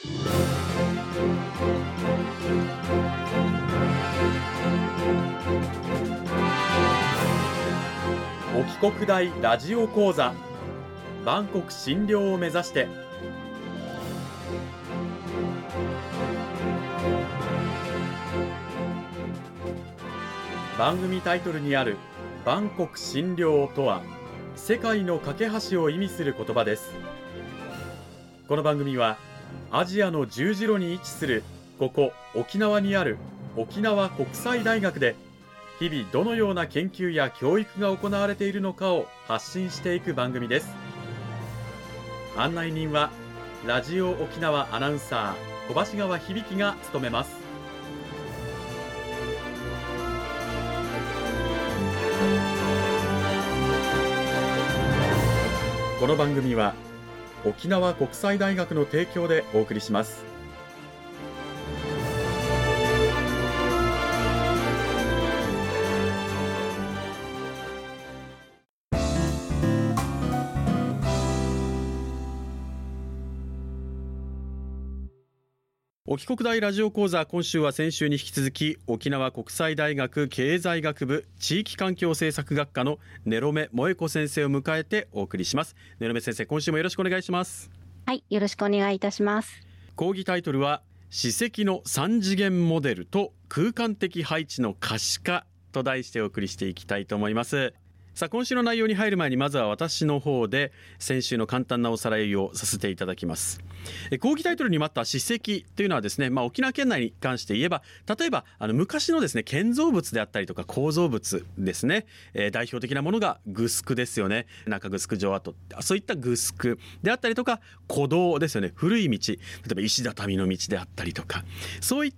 沖国大ラジオ講座、万国診療を目指して。番組タイトルにある万国診療とは、世界の架け橋を意味する言葉です。この番組はアジアの十字路に位置するここ沖縄にある沖縄国際大学で、日々どのような研究や教育が行われているのかを発信していく番組です。案内人はラジオ沖縄アナウンサー小橋川響が務めます。この番組は沖縄国際大学の提供でお送りします。沖国大ラジオ講座、今週は先週に引き続き沖縄国際大学経済学部地域環境政策学科の根呂目萌子先生を迎えてお送りします。根呂目先生、今週もよろしくお願いします。 はい、よろしくお願いいたします。 講義タイトルは史跡の3次元モデルと空間的配置の可視化と題してお送りしていきたいと思います。さあ、今週の内容に入る前にまずは私の方で先週の簡単なおさらいをさせていただきます。講義タイトルにもあった史跡というのはですね、沖縄県内に関して言えば、例えば昔のですね建造物であったりとか構造物ですね、代表的なものがグスクですよね。中城城跡、そういったグスクであったりとか、古道ですよね。古い道、例えば石畳の道であったりとか、そういった、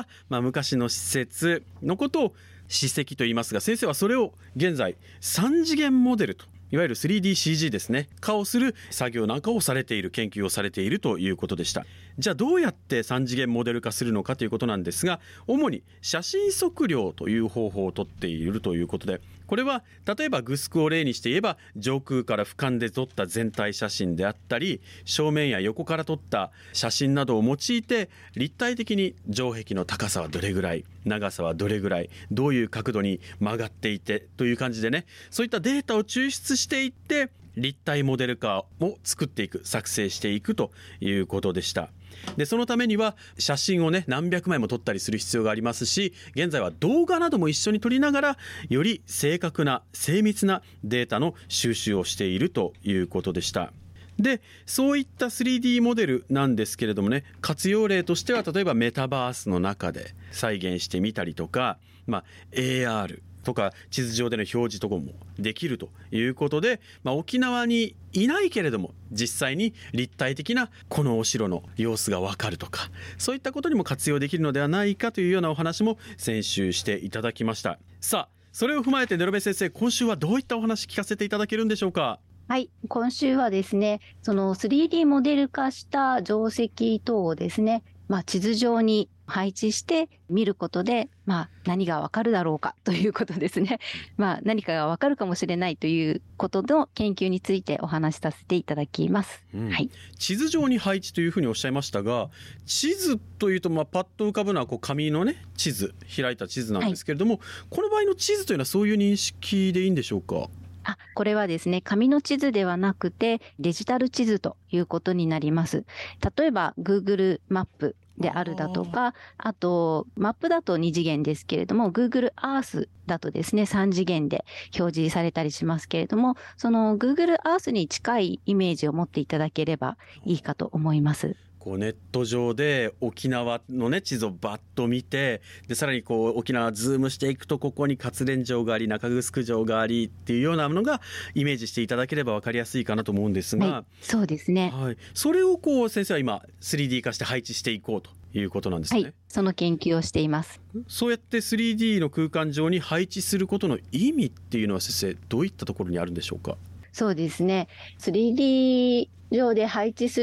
昔の施設のことを史跡と言いますが、先生はそれを現在3次元モデルと、いわゆる 3DCG ですね、化をする作業なんかをされている、研究をされているということでした。じゃあどうやって3次元モデル化するのかということなんですが、主に写真測量という方法をとっているということで、これは例えばグスクを例にして言えば、上空から俯瞰で撮った全体写真であったり、正面や横から撮った写真などを用いて、立体的に城壁の高さはどれぐらい、長さはどれぐらい、どういう角度に曲がっていてという感じでね、そういったデータを抽出していって立体モデル化を作っていく、作成していくということでした。でそのためには写真をね何百枚も撮ったりする必要がありますし、現在は動画なども一緒に撮りながら、より正確な精密なデータの収集をしているということでした。でそういった 3D モデルなんですけれどもね、活用例としては例えばメタバースの中で再現してみたりとか、AR とか地図上での表示とかもできるということで、沖縄にいないけれども実際に立体的なこのお城の様子がわかるとか、そういったことにも活用できるのではないかというようなお話も先週していただきました。さあ、それを踏まえて根呂目先生、今週はどういったお話聞かせていただけるんでしょうか。 はい、今週はですね、その 3D モデル化した定石等をですね、地図上に配置して見ることで、何がわかるだろうかということですね。何かがわかるかもしれないということの研究についてお話しさせていただきます。はい、 地図上に配置というふうにおっしゃいましたが、地図というとパッと浮かぶのは紙のね地図、開いた地図なんですけれども、この場合の地図というのはそういう認識でいいんでしょうか。 これはですね、紙の地図ではなくてデジタル地図ということになります。例えば Google マップであるだとか、あとマップだと2次元ですけれども、 Google Earth だとですね3次元で表示されたりしますけれども、その Google Earth に近いイメージを持っていただければいいかと思います。 ネット上で沖縄のね地図をバッと見て、でさらに沖縄ズームしていくと、ここに活連城があり中城城がありっていうようなものがイメージしていただければ分かりやすいかなと思うんですが、 そうですね、 それを先生は今 3D 化して配置していこうということなんですね。 その研究をしています。 そうやって 3D の空間上に配置することの意味っていうのは先生、どういったところにあるんでしょうか。 そうですね、3D 上で配置する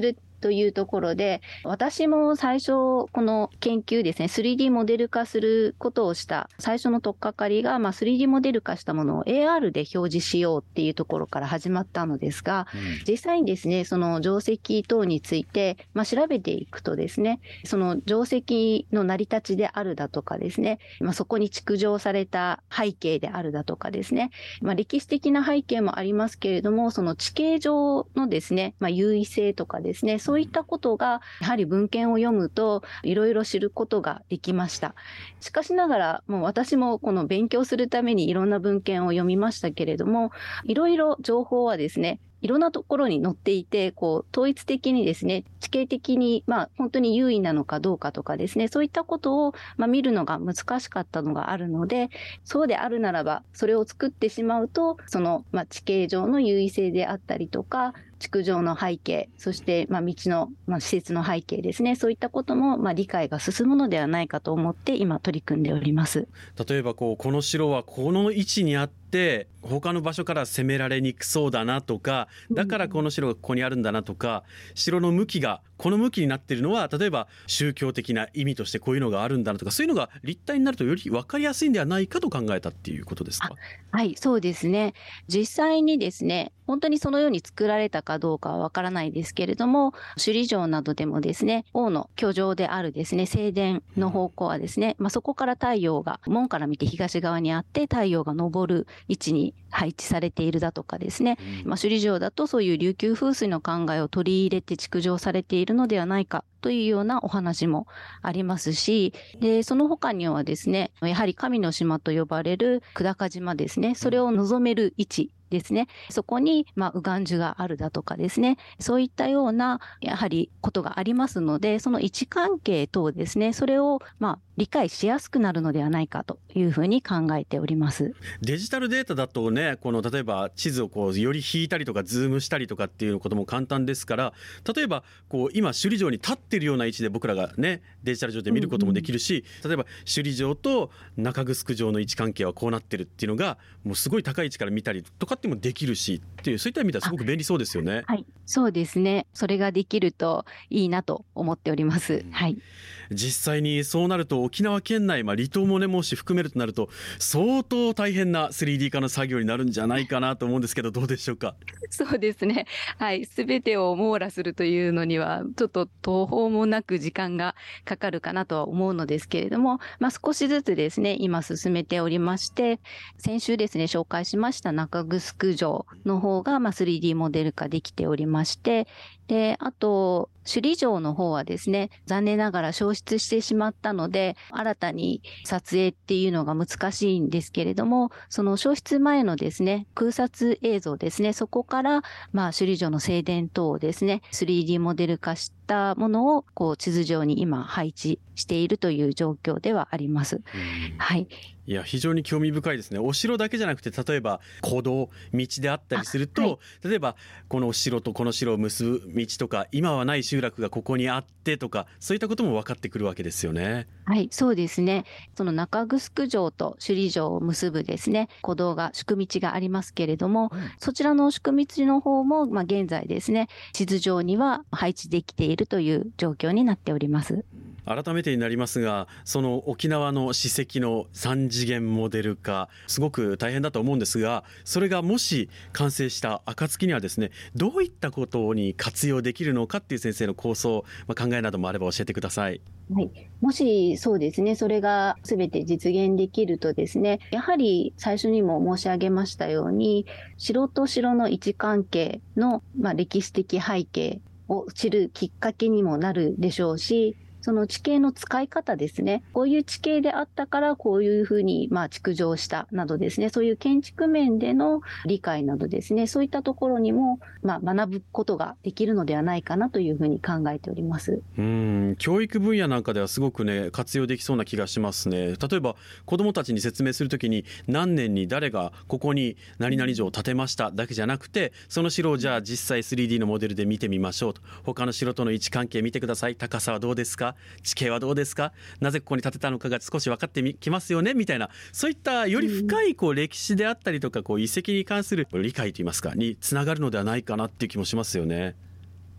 というところで、私も最初この研究ですね、3D モデル化することをした最初の取っかかりが、3D モデル化したものを AR で表示しようっていうところから始まったのですが、実際にですね、その定石等について、調べていくとですね、その定石の成り立ちであるだとかですね、そこに築城された背景であるだとかですね、歴史的な背景もありますけれども、その地形上のですね、優位性とかですね、そういったことがやはり文献を読むといろいろ知ることができました。しかしながら、もう私もこの勉強するためにいろんな文献を読みましたけれども、いろいろ情報はですね、いろんなところに載っていて、統一的にですね、地形的に本当に優位なのかどうかとかですね、そういったことを見るのが難しかったのがあるので、そうであるならば、それを作ってしまうと、その地形上の優位性であったりとか、築城の背景、そして道の、施設の背景ですね、そういったことも理解が進むのではないかと思って今取り組んでおります。 例えばこの城はこの位置にあって他の場所から攻められにくそうだなとか、だからこの城がここにあるんだなとか、城の向きがこの向きになっているのは例えば宗教的な意味としてこういうのがあるんだなとか、そういうのが立体になるとより分かりやすいんではないかと考えたっていうことですか？ はい、そうですね。実際にですね、本当にそのように作られたかどうかはわからないですけれども、首里城などでもですね、王の居城であるですね、正殿の方向はですね、そこから太陽が門から見て東側にあって太陽が昇る位置に配置されているだとかですね、首里城だとそういう琉球風水の考えを取り入れて築城されているのではないかというようなお話もありますし、でその他にはですね、やはり神の島と呼ばれる久高島ですね、それを望める位置ですね、そこに右岸樹があるだとかですね、そういったようなやはりことがありますので、その位置関係等ですね、それを理解しやすくなるのではないかというふうに考えております。 デジタルデータだとね、例えば地図をより引いたりとかズームしたりとかっていうことも簡単ですから、例えば今首里城に立っているような位置で僕らがねデジタル上で見ることもできるし、例えば首里城と中城城の位置関係はこうなってるっていうのがもうすごい高い位置から見たりとかってもできるしっていう、そういった意味ではすごく便利そうですよね。 はい、そうですね。それができるといいなと思っております。はい。 実際にそうなると沖縄県内、離島もねもし含めるとなると相当大変な 3D 化の作業になるんじゃないかなと思うんですけど、どうでしょうか？ そうですね。はい。すべてを網羅するというのにはちょっと途方もなく時間がかかるかなとは思うのですけれども、少しずつですね、今進めておりまして、先週ですね、紹介しました中城城の方が3D モデル化できておりまして、で、あと、首里城の方はですね、残念ながら消失してしまったので、新たに撮影っていうのが難しいんですけれども、その消失前のですね、空撮映像ですね、そこから、首里城の正殿等をですね、3D モデル化したものを、地図上に今配置しているという状況ではあります。はい。 いや非常に興味深いですね。お城だけじゃなくて例えば古道道であったりすると、はい、例えばこの城とこの城を結ぶ道とか今はない集落がここにあってとか、そういったことも分かってくるわけですよね。 はい、そうですね。その中城城と首里城を結ぶですね、古道が宿道がありますけれども、そちらの宿道の方も現在ですね、地図上には配置できているという状況になっております。 改めてになりますが、その沖縄の史跡の3次元モデル化すごく大変だと思うんですが、それがもし完成した暁にはですね、どういったことに活用できるのかっていう先生の構想、考えなどもあれば教えてください。 はい、もしそうですね、それが全て実現できるとですね、やはり最初にも申し上げましたように、城と城の位置関係の、歴史的背景を知るきっかけにもなるでしょうし、その地形の使い方ですね、こういう地形であったからこういうふうに築城したなどですね、そういう建築面での理解などですね、そういったところにも学ぶことができるのではないかなというふうに考えております。 教育分野なんかではすごくね活用できそうな気がしますね。例えば子どもたちに説明するときに何年に誰がここに何々城を建てましただけじゃなくて、その城をじゃあ実際 3D のモデルで見てみましょうと、他の城との位置関係見てください、高さはどうですか、地形はどうですか、なぜここに建てたのかが少し分かってきますよねみたいな、そういったより深い歴史であったりとか遺跡に関する理解といいますかにつながるのではないかなっていう気もしますよね。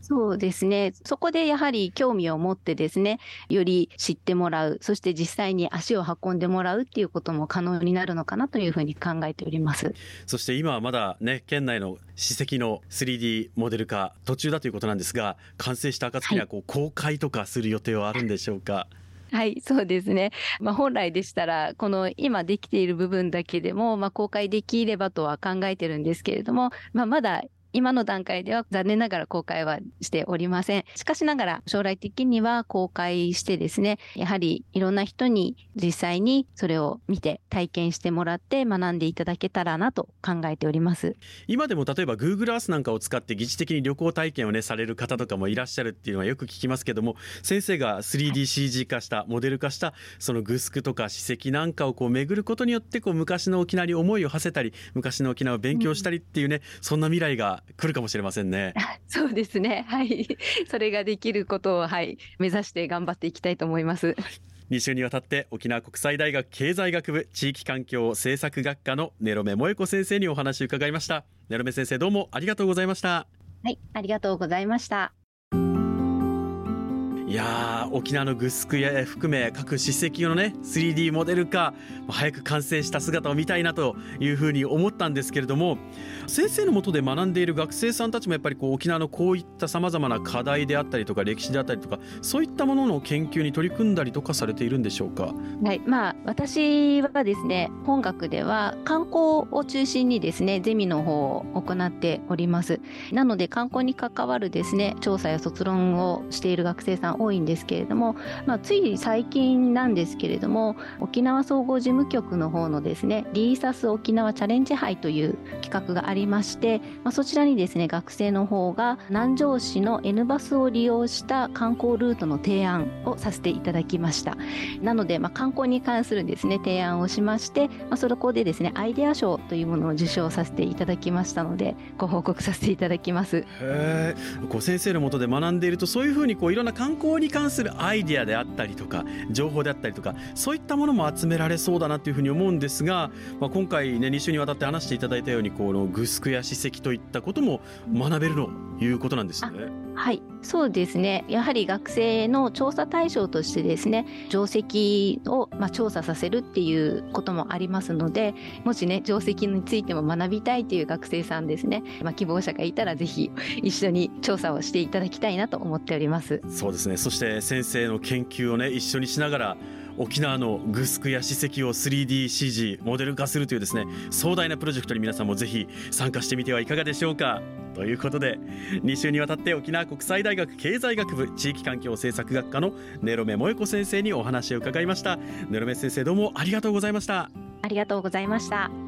そうですね。そこでやはり興味を持ってですね、より知ってもらう、そして実際に足を運んでもらうっていうことも可能になるのかなというふうに考えております。 そして今はまだね、県内の史跡の 3D モデル化途中だということなんですが、完成した暁には公開とかする予定はあるんでしょうか？ はい、そうですね。本来でしたら、この今できている部分だけでも、公開できればとは考えてるんですけれども、まだ今の段階では残念ながら公開はしておりません。しかしながら将来的には公開してですね、やはりいろんな人に実際にそれを見て体験してもらって学んでいただけたらなと考えております。 今でも例えば Google Earth なんかを使って疑似的に旅行体験をねされる方とかもいらっしゃるっていうのはよく聞きますけども、先生が 3DCG 化したモデル化したそのグスクとか史跡なんかを巡ることによって昔の沖縄に思いを馳せたり、昔の沖縄を勉強したりっていうね、そんな未来が来るかもしれませんね。 そうですね。はい。それができることを、目指して頑張っていきたいと思います。 2週にわたって沖縄国際大学経済学部地域環境政策学科の根呂目萌子先生にお話を伺いました。根呂目先生、どうもありがとうございました。 はい、ありがとうございました。 いや沖縄のグスクや含め各史跡のね 3D モデル化早く完成した姿を見たいなというふうに思ったんですけれども、先生の下で学んでいる学生さんたちもやっぱり沖縄のこういったさまざまな課題であったりとか歴史であったりとか、そういったものの研究に取り組んだりとかされているんでしょうか？ はい、私はですね、本学では観光を中心にですね、ゼミの方を行っております。なので観光に関わるですね、調査や卒論をしている学生さん多いんですけれども、つい最近なんですけれども、沖縄総合事務局の方のですね、リーサス沖縄チャレンジ杯という企画がありまして、そちらにですね、学生の方が南城市の N バスを利用した観光ルートの提案をさせていただきました。なので、観光に関するですね、提案をしまして、そこでですね、アイデア賞というものを受賞させていただきましたので、ご報告させていただきます。 先生の下で学んでいると、そういうふうにいろんな観光に関するアイデアであったりとか情報であったりとか、そういったものも集められそうだなというふうに思うんですが、今回ね2週にわたって話していただいたようにグスクや史跡といったことも学べるということなんですね。 はい、そうですね。やはり学生の調査対象としてですね、定石を調査させるっていうこともありますので、もしね定石についても学びたいという学生さんですね、希望者がいたらぜひ一緒に調査をしていただきたいなと思っております。 そうですね。そして先生の研究をね一緒にしながら沖縄のグスクや史跡を 3DCG モデル化するというですね、壮大なプロジェクトに皆さんもぜひ参加してみてはいかがでしょうか。ということで2週にわたって沖縄国際大学経済学部地域環境政策学科の根呂目萌子先生にお話を伺いました。根呂目先生、どうもありがとうございました。 ありがとうございました。